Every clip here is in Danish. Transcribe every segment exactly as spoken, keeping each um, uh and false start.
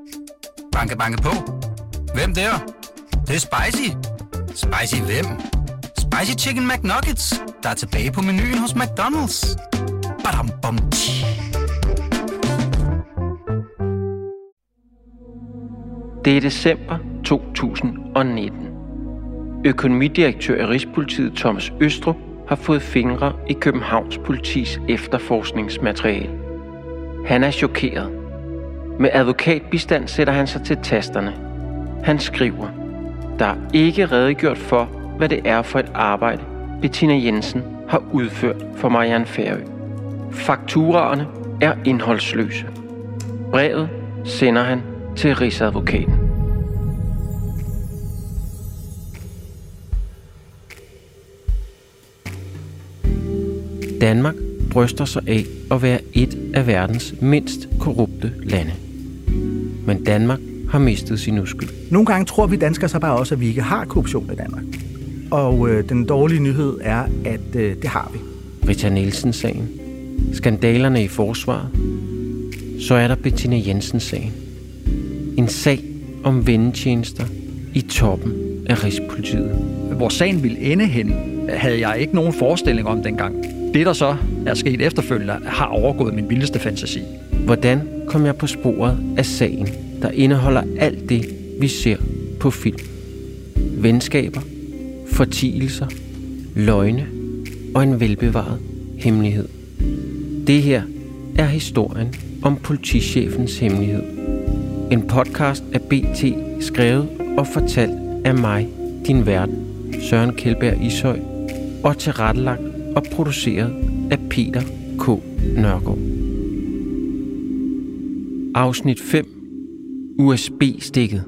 Banke, banke på. Hvem der? Det, det er spicy. Spicy hvem? Spicy Chicken McNuggets, der er tilbage på menuen hos McDonald's. Badum, bom, Det er december to tusind og nitten. Økonomidirektør i Rigspolitiet Thomas Østrup har fået fingre i Københavns politis efterforskningsmateriale. Han er chokeret. Med advokatbistand sætter han sig til tasterne. Han skriver, der er ikke redegjort for, hvad det er for et arbejde, Bettina Jensen har udført for Marianne Færø. Fakturaerne er indholdsløse. Brevet sender han til Rigsadvokaten. Danmark bryster sig af at være et af verdens mindst korrupte lande. Men Danmark har mistet sin uskyld. Nogle gange tror vi danskere så bare også, at vi ikke har korruption i Danmark. Og øh, den dårlige nyhed er, at øh, det har vi. Rita Nielsen-sagen, skandalerne i forsvaret, så er der Bettina Jensen-sagen. En sag om vennetjenester i toppen af Rigspolitiet. Hvor sagen ville ende hen, havde jeg ikke nogen forestilling om dengang. Det, der så er sket efterfølgende, har overgået min vildeste fantasi. Hvordan kom jeg på sporet af sagen, der indeholder alt det, vi ser på film? Venskaber, fortielser, løgne og en velbevaret hemmelighed. Det her er historien om politichefens hemmelighed. En podcast af B T, skrevet og fortalt af mig, din vært, Søren Kjeldberg Ishøj, og tilrettelagt og produceret af Peter K. Nørgaard. Afsnit fem. U S B-stikket.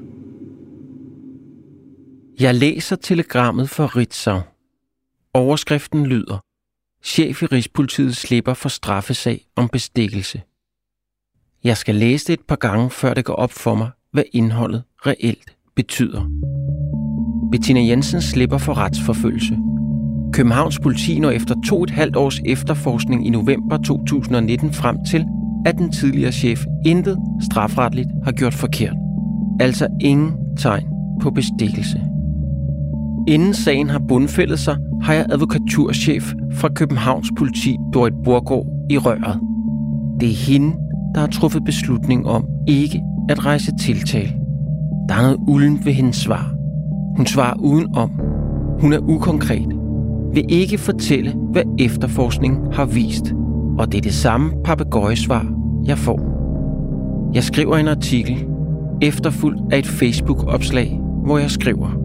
Jeg læser telegrammet fra Ritzau. Overskriften lyder: Chef i Rigspolitiet slipper for straffesag om bestikkelse. Jeg skal læse det et par gange, før det går op for mig, hvad indholdet reelt betyder. Bettina Jensen slipper for retsforfølgelse. Københavns politi når efter to et halvt års efterforskning i november to tusind og nitten frem til, at den tidligere chef intet strafretligt har gjort forkert. Altså ingen tegn på bestikkelse. Inden sagen har bundfældet sig, har jeg advokaturchef fra Københavns politi, Dorit Borgård, i røret. Det er hende, der har truffet beslutning om ikke at rejse tiltale. Der er noget uldent ved hendes svar. Hun svarer udenom. Hun er ukonkret. Vil ikke fortælle, hvad efterforskningen har vist. Og det er det samme papegøjesvar, jeg får. Jeg skriver en artikel, efterfulgt af et Facebook-opslag, hvor jeg skriver: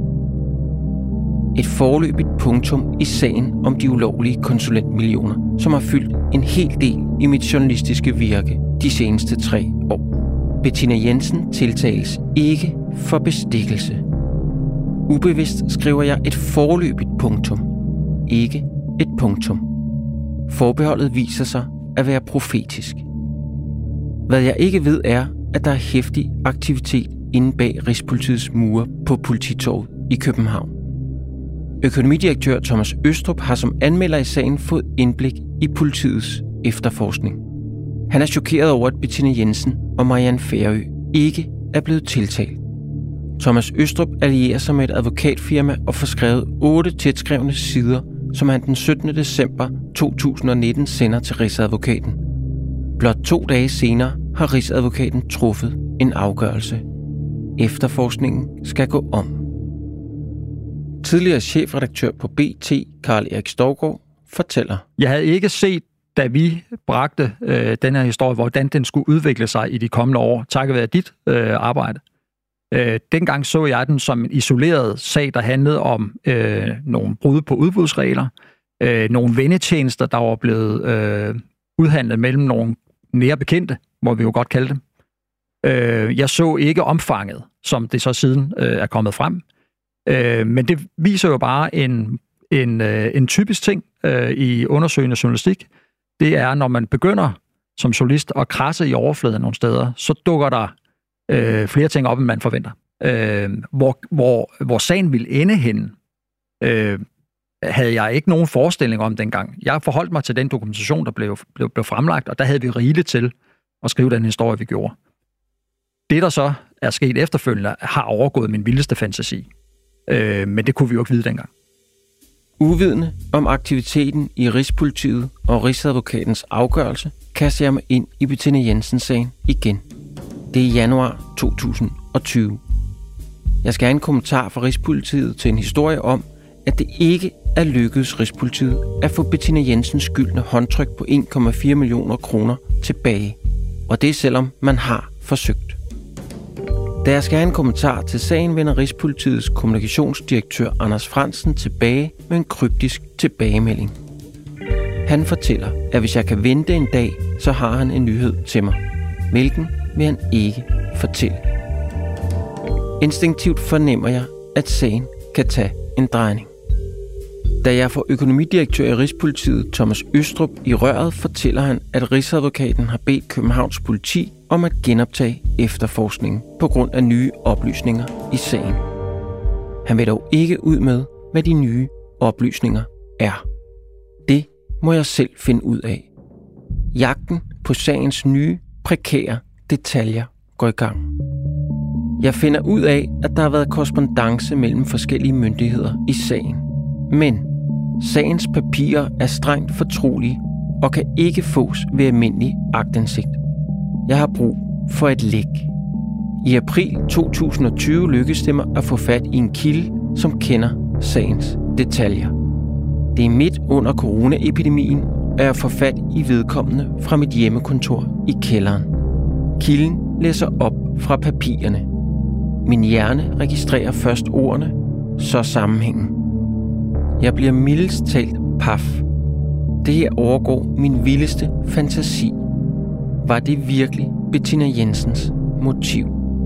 et foreløbigt punktum i sagen om de ulovlige konsulentmillioner, som har fyldt en hel del i mit journalistiske virke de seneste tre år. Bettina Jensen tiltales ikke for bestikkelse. Ubevidst skriver jeg et foreløbigt punktum, ikke et punktum. Forbeholdet viser sig at være profetisk. Hvad jeg ikke ved er, at der er heftig aktivitet inde bag Rigspolitiets mure på Polititorvet i København. Økonomidirektør Thomas Østrup har som anmelder i sagen fået indblik i politiets efterforskning. Han er chokeret over, at Bettina Jensen og Marianne Færø ikke er blevet tiltalt. Thomas Østrup allierer sig med et advokatfirma og får skrevet otte tætskrevne sider, som han den syttende december to tusind og nitten sender til Rigsadvokaten. Blot to dage senere har Rigsadvokaten truffet en afgørelse. Efterforskningen skal gå om. Tidligere chefredaktør på B T, Karl Erik Stougaard, fortæller: Jeg havde ikke set, da vi bragte øh, den her historie, hvordan den skulle udvikle sig i de kommende år, takket være dit øh, arbejde. Øh, dengang så jeg den som en isoleret sag, der handlede om øh, nogle brud på udbudsregler, øh, nogle vennetjenester, der var blevet øh, udhandlet mellem nogle nære bekendte, må vi jo godt kalde dem. Øh, jeg så ikke omfanget, som det så siden øh, er kommet frem. Øh, men det viser jo bare en, en, øh, en typisk ting øh, i undersøgende journalistik. Det er, når man begynder som journalist at krasse i overfladen nogle steder, så dukker der øh, flere ting op, end man forventer. Øh, hvor, hvor, hvor sagen ville ende hen, øh, havde jeg ikke nogen forestilling om dengang. Jeg forholdt mig til den dokumentation, der blev, blev, blev fremlagt, og der havde vi rigeligt til at skrive den historie, vi gjorde. Det, der så er sket efterfølgende, har overgået min vildeste fantasi. Øh, men det kunne vi jo ikke vide dengang. Uvidende om aktiviteten i Rigspolitiet og Rigsadvokatens afgørelse, kaster jeg mig ind i Bettina Jensen-sagen igen. Det er januar to tusind og tyve. Jeg skal have en kommentar fra Rigspolitiet til en historie om, at det ikke er lykkedes Rigspolitiet at få Bettina Jensens skyldne håndtryk på en komma fire millioner kroner tilbage. Og det er selvom man har forsøgt. Da jeg skal have en kommentar til sagen, vender Rigspolitiets kommunikationsdirektør Anders Frandsen tilbage med en kryptisk tilbagemelding. Han fortæller, at hvis jeg kan vente en dag, så har han en nyhed til mig. Hvilken vil han ikke fortælle. Instinktivt fornemmer jeg, at sagen kan tage en drejning. Da jeg får økonomidirektør i Rigspolitiet Thomas Østrup i røret, fortæller han, at Rigsadvokaten har bedt Københavns politi om at genoptage efterforskningen på grund af nye oplysninger i sagen. Han vil dog ikke ud med, hvad de nye oplysninger er. Det må jeg selv finde ud af. Jagten på sagens nye, prekære detaljer går i gang. Jeg finder ud af, at der har været korrespondance mellem forskellige myndigheder i sagen. Men sagens papirer er strengt fortrolige og kan ikke fås ved almindelig aktindsigt. Jeg har brug for et læk. I april to tusind og tyve lykkedes det mig at få fat i en kilde, som kender sagens detaljer. Det er midt under coronaepidemien, og jeg får fat i vedkommende fra mit hjemmekontor i kælderen. Kilden læser op fra papirerne. Min hjerne registrerer først ordene, så sammenhængen. Jeg bliver mildest talt paf. Det her overgår min vildeste fantasi. Var det virkelig Bettina Jensens motiv?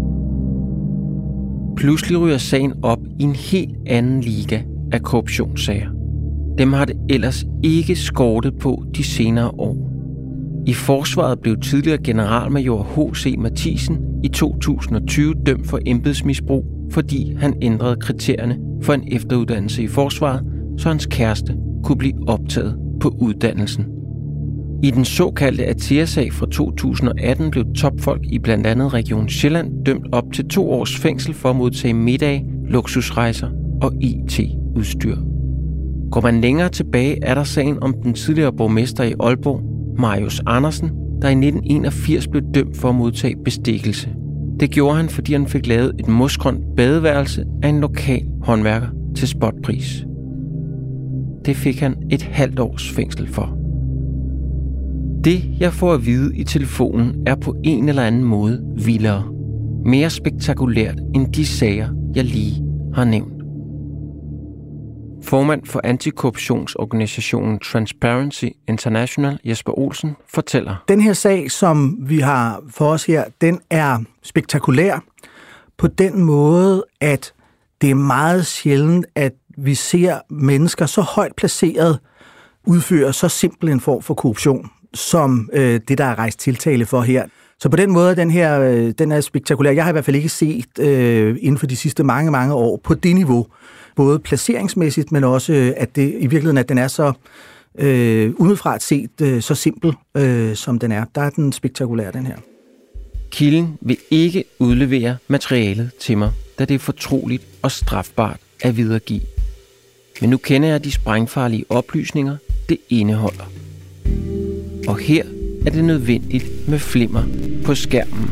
Pludselig ryger sagen op i en helt anden liga af korruptionssager. Dem har det ellers ikke skortet på de senere år. I forsvaret blev tidligere generalmajor H C Mathisen i to tusind og tyve dømt for embedsmisbrug, fordi han ændrede kriterierne for en efteruddannelse i forsvaret, så hans kæreste kunne blive optaget på uddannelsen. I den såkaldte Atea-sag fra to tusind og atten blev topfolk i blandt andet Region Sjælland dømt op til to års fængsel for at modtage middag, luksusrejser og I T-udstyr. Går man længere tilbage, er der sagen om den tidligere borgmester i Aalborg, Marius Andersen, der i nitten enogfirs blev dømt for at modtage bestikkelse. Det gjorde han, fordi han fik lavet et mosgrønt badeværelse af en lokal håndværker til spotpris. Det fik han et halvt års fængsel for. Det, jeg får at vide i telefonen, er på en eller anden måde vildere. Mere spektakulært end de sager, jeg lige har nævnt. Formand for antikorruptionsorganisationen Transparency International, Jesper Olsen, fortæller. Den her sag, som vi har for os her, den er spektakulær på den måde, at det er meget sjældent, at vi ser mennesker så højt placeret udføre så simpel en form for korruption, som øh, det, der er rejst tiltale for her. Så på den måde, den her, øh, den er spektakulær. Jeg har i hvert fald ikke set øh, inden for de sidste mange, mange år på det niveau, både placeringsmæssigt, men også, at det i virkeligheden, at den er så øh, udefra set øh, så simpel, øh, som den er. Der er den spektakulær, den her. Kilden vil ikke udlevere materialet til mig, da det er fortroligt og strafbart at videregive. Men nu kender jeg de sprængfarlige oplysninger, det indeholder. Og her er det nødvendigt med flimmer på skærmen.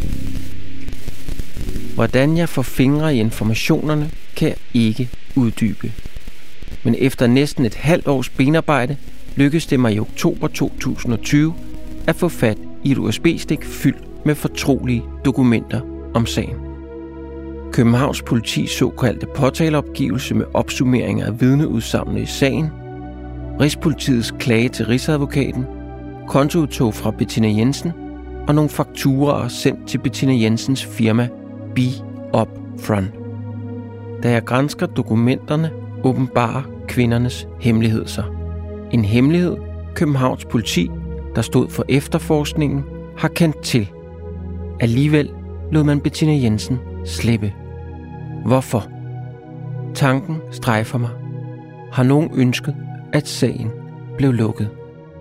Hvordan jeg får fingre i informationerne, kan jeg ikke uddybe. Men efter næsten et halvt års benarbejde, lykkedes det mig i oktober to tusind og tyve at få fat i et U S B-stik fyldt med fortrolige dokumenter om sagen. Københavns politis såkaldte påtaleopgivelse med opsummeringer af vidneudsagnene i sagen, Rigspolitiets klage til Rigsadvokaten, kontoudtog fra Bettina Jensen og nogle fakturaer sendt til Bettina Jensens firma Be Up Front. Da jeg gransker dokumenterne, åbenbarer kvindernes hemmelighed sig. En hemmelighed, Københavns politi, der stod for efterforskningen, har kendt til. Alligevel lod man Bettina Jensen slippe. Hvorfor? Tanken strejfer mig. Har nogen ønsket, at sagen blev lukket?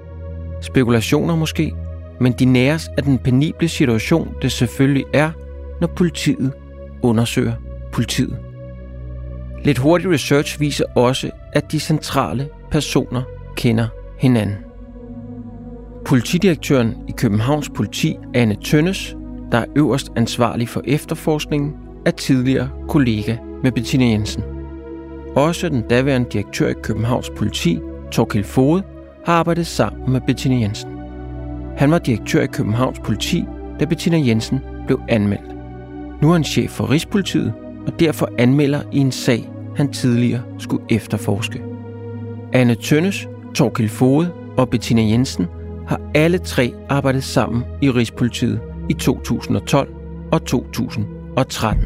Spekulationer måske, men de næres af den penible situation, det selvfølgelig er, når politiet undersøger politiet. Lidt hurtig research viser også, at de centrale personer kender hinanden. Politidirektøren i Københavns Politi, Anne Tønnes, der er øverst ansvarlig for efterforskningen, er tidligere kollega med Bettina Jensen. Også den daværende direktør i Københavns Politi, Thorkild Foged, har arbejdet sammen med Bettina Jensen. Han var direktør i Københavns Politi, da Bettina Jensen blev anmeldt. Nu er han chef for Rigspolitiet, og derfor anmelder i en sag, han tidligere skulle efterforske. Anne Tønnes, Thorkild Foged og Bettina Jensen har alle tre arbejdet sammen i Rigspolitiet i to tusind og tolv og to tusind og tretten.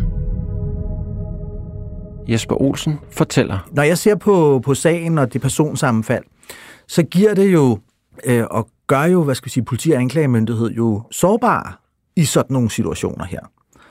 Jesper Olsen fortæller. Når jeg ser på, på sagen og det personsammenfald, så giver det jo, øh, og gør jo, hvad skal vi sige, politi og anklagemyndighed jo sårbare i sådan nogle situationer her.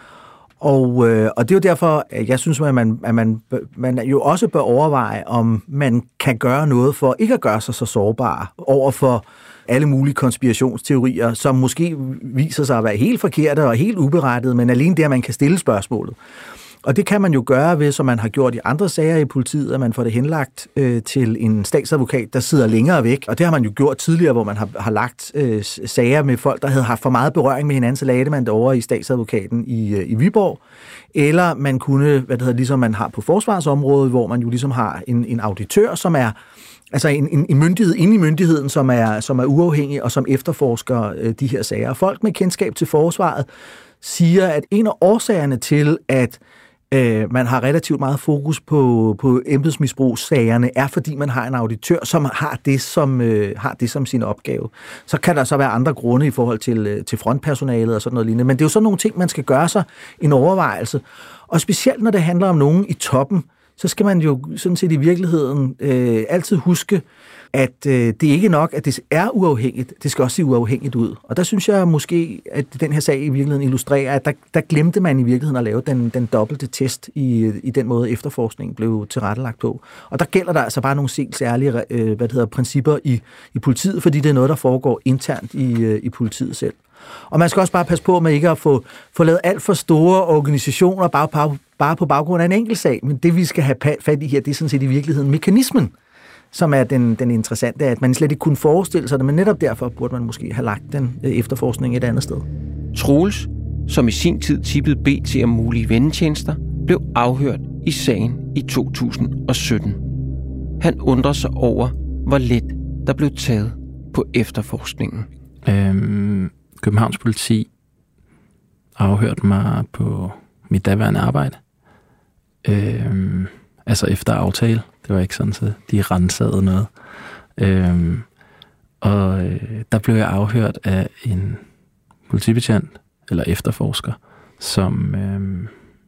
Og, øh, og det er jo derfor, at jeg synes, at man, at man, man jo også bør overveje, om man kan gøre noget for ikke at gøre sig så sårbare over for alle mulige konspirationsteorier, som måske viser sig at være helt forkerte og helt uberettigede, men alene det, at man kan stille spørgsmålet. Og det kan man jo gøre ved, som man har gjort i andre sager i politiet, at man får det henlagt øh, til en statsadvokat, der sidder længere væk. Og det har man jo gjort tidligere, hvor man har, har lagt øh, sager med folk, der havde haft for meget berøring med hinanden, så lagde man det over i statsadvokaten i, øh, i Viborg. Eller man kunne, hvad det hedder, ligesom man har på forsvarsområdet, hvor man jo ligesom har en, en auditør, som er altså en, en, en myndighed inde i myndigheden, som er, som er uafhængig og som efterforsker øh, de her sager. Folk med kendskab til forsvaret siger, at en af årsagerne til, at øh, man har relativt meget fokus på, på embedsmisbrugssagerne, er fordi man har en auditør, som har det som, øh, har det som sin opgave. Så kan der så være andre grunde i forhold til, øh, til frontpersonalet og sådan noget lignende. Men det er jo sådan nogle ting, man skal gøre sig en overvejelse. Og specielt når det handler om nogen i toppen, så skal man jo sådan set i virkeligheden øh, altid huske, at øh, det er ikke nok, at det er uafhængigt, det skal også se uafhængigt ud. Og der synes jeg måske, at den her sag i virkeligheden illustrerer, at der, der glemte man i virkeligheden at lave den, den dobbelte test i, i den måde, efterforskningen blev tilrettelagt på. Og der gælder der altså bare nogle helt særlige øh, hvad det hedder, principper i, i politiet, fordi det er noget, der foregår internt i, øh, i politiet selv. Og man skal også bare passe på med ikke at få, få lavet alt for store organisationer bare, bare, bare på baggrund af en enkelt sag. Men det, vi skal have fat i her, det er sådan set i virkeligheden mekanismen, som er den, den interessante, at man slet ikke kunne forestille sig det, men netop derfor burde man måske have lagt den efterforskning et andet sted. Troels, som i sin tid tippede B T om mulige vennetjenester, blev afhørt i sagen i to tusind og sytten. Han undrer sig over, hvor let der blev taget på efterforskningen. Øhm, Københavns Politi afhørte mig på mit daværende arbejde. Øhm, altså efter aftale. Det var ikke sådan, så de rensede noget. Øhm, og øh, der blev jeg afhørt af en politibetjent, eller efterforsker, som, øh,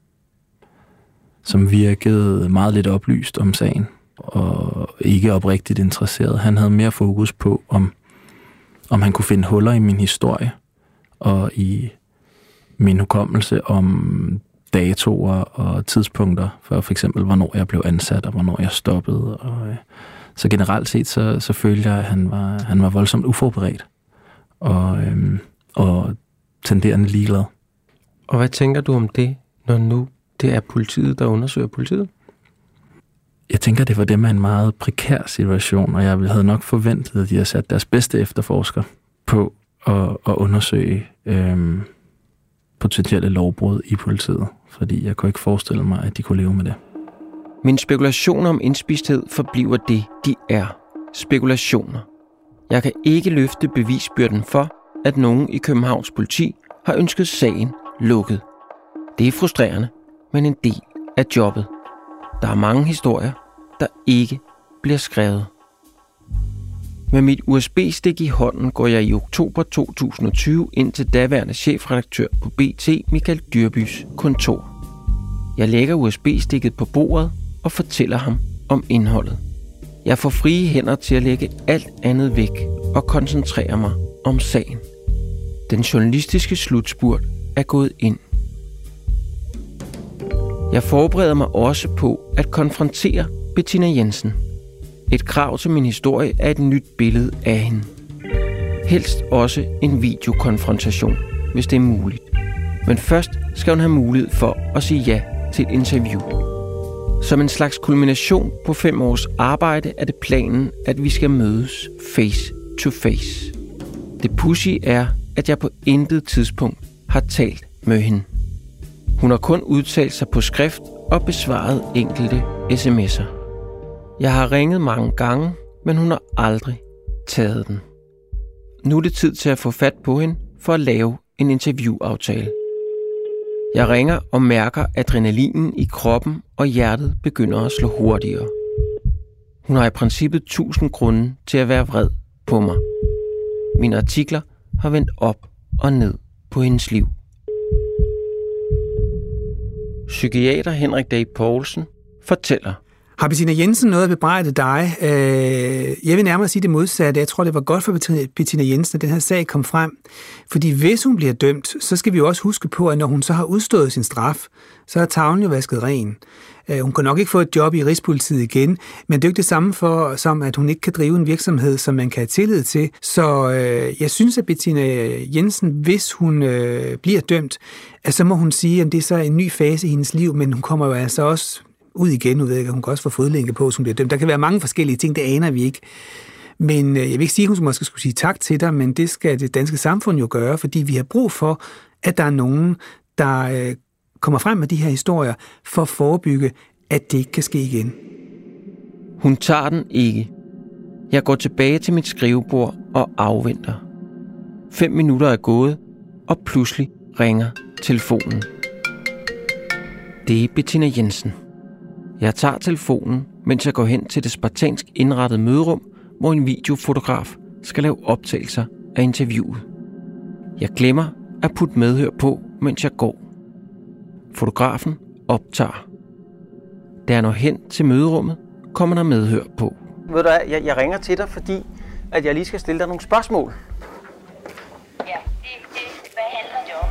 som virkede meget lidt oplyst om sagen, og ikke oprigtigt interesseret. Han havde mere fokus på, om, om han kunne finde huller i min historie, og i min hukommelse om datoer og tidspunkter, for for eksempel, hvornår jeg blev ansat, og hvornår jeg stoppede. Og, øh, så generelt set, så, så følte jeg, at han var, han var voldsomt uforberedt, og, øh, og tenderende ligeglad. Og hvad tænker du om det, når nu det er politiet, der undersøger politiet? Jeg tænker, det var det med en meget prekær situation, og jeg havde nok forventet, at de havde sat deres bedste efterforsker på at, at undersøge øh, potentielle lovbrud i politiet, fordi jeg kunne ikke forestille mig, at de kunne leve med det. Mine spekulationer om indspisthed forbliver det, de er. Spekulationer. Jeg kan ikke løfte bevisbyrden for, at nogen i Københavns Politi har ønsket sagen lukket. Det er frustrerende, men en del af jobbet. Der er mange historier, der ikke bliver skrevet. Med mit U S B-stik i hånden går jeg i oktober to tusind og tyve ind til daværende chefredaktør på B T, Michael Dyrbys kontor. Jeg lægger U S B-stikket på bordet og fortæller ham om indholdet. Jeg får frie hænder til at lægge alt andet væk og koncentrere mig om sagen. Den journalistiske slutspurt er gået ind. Jeg forbereder mig også på at konfrontere Bettina Jensen. Et krav til min historie er et nyt billede af hende. Helst også en videokonfrontation, hvis det er muligt. Men først skal hun have mulighed for at sige ja til et interview. Som en slags kulmination på fem års arbejde er det planen, at vi skal mødes face to face. Det pudsy er, at jeg på intet tidspunkt har talt med hende. Hun har kun udtalt sig på skrift og besvaret enkelte sms'er. Jeg har ringet mange gange, men hun har aldrig taget den. Nu er det tid til at få fat på hende for at lave en interviewaftale. Jeg ringer og mærker adrenalinen i kroppen, og hjertet begynder at slå hurtigere. Hun har i princippet tusind grunde til at være vred på mig. Mine artikler har vendt op og ned på hendes liv. Psykiater Henrik Day Poulsen fortæller. Har Bettina Jensen noget at bebrejde dig? Jeg vil nærmere sige det modsatte. Jeg tror, det var godt for Bettina Jensen, at den her sag kom frem. Fordi hvis hun bliver dømt, så skal vi jo også huske på, at når hun så har udstået sin straf, så er tavlen jo vasket ren. Hun kan nok ikke få et job i Rigspolitiet igen, men det er jo ikke det samme for, som at hun ikke kan drive en virksomhed, som man kan have tillid til. Så øh, jeg synes, at Bettina Jensen, hvis hun øh, bliver dømt, at så må hun sige, at det er så en ny fase i hendes liv, men hun kommer jo altså også ud igen. Nu ved jeg ikke, hun kan også få fodlænke på, som bliver dømt. Der kan være mange forskellige ting, det aner vi ikke. Men øh, jeg vil ikke sige, at hun måske skulle sige tak til dig, men det skal det danske samfund jo gøre, fordi vi har brug for, at der er nogen, der øh, kommer frem med de her historier, for at forebygge, at det ikke kan ske igen. Hun tager den ikke. Jeg går tilbage til mit skrivebord og afventer. Fem minutter er gået, og pludselig ringer telefonen. Det er Bettina Jensen. Jeg tager telefonen, mens jeg går hen til det spartansk indrettede møderum, hvor en videofotograf skal lave optagelser af interviewet. Jeg glemmer at putte medhør på, mens jeg går. Fotografen optager. Da jeg når hen til møderummet, kommer der medhør på. Ved du, jeg, jeg ringer til dig, fordi at jeg lige skal stille dig nogle spørgsmål. Ja, det, det, hvad handler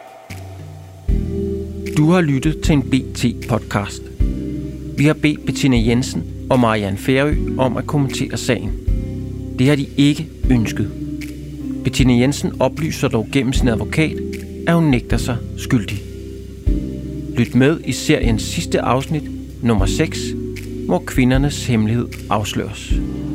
det om? Du har lyttet til en B T-podcast. Vi har bedt Bettina Jensen og Marianne Færø om at kommentere sagen. Det har de ikke ønsket. Bettina Jensen oplyser dog gennem sin advokat, at hun nægter sig skyldig. Lyt med i seriens sidste afsnit, nummer seks, hvor kvindernes hemmelighed afsløres.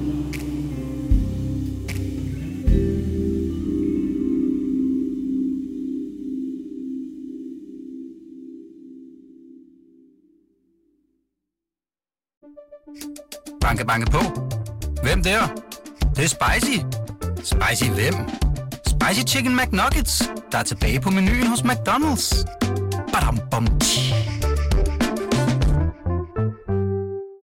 Banke, banke på. Hvem der? Det, det er spicy. Spicy hvem? Spicy Chicken McNuggets, der er tilbage på menuen hos McDonald's. Badum, bom,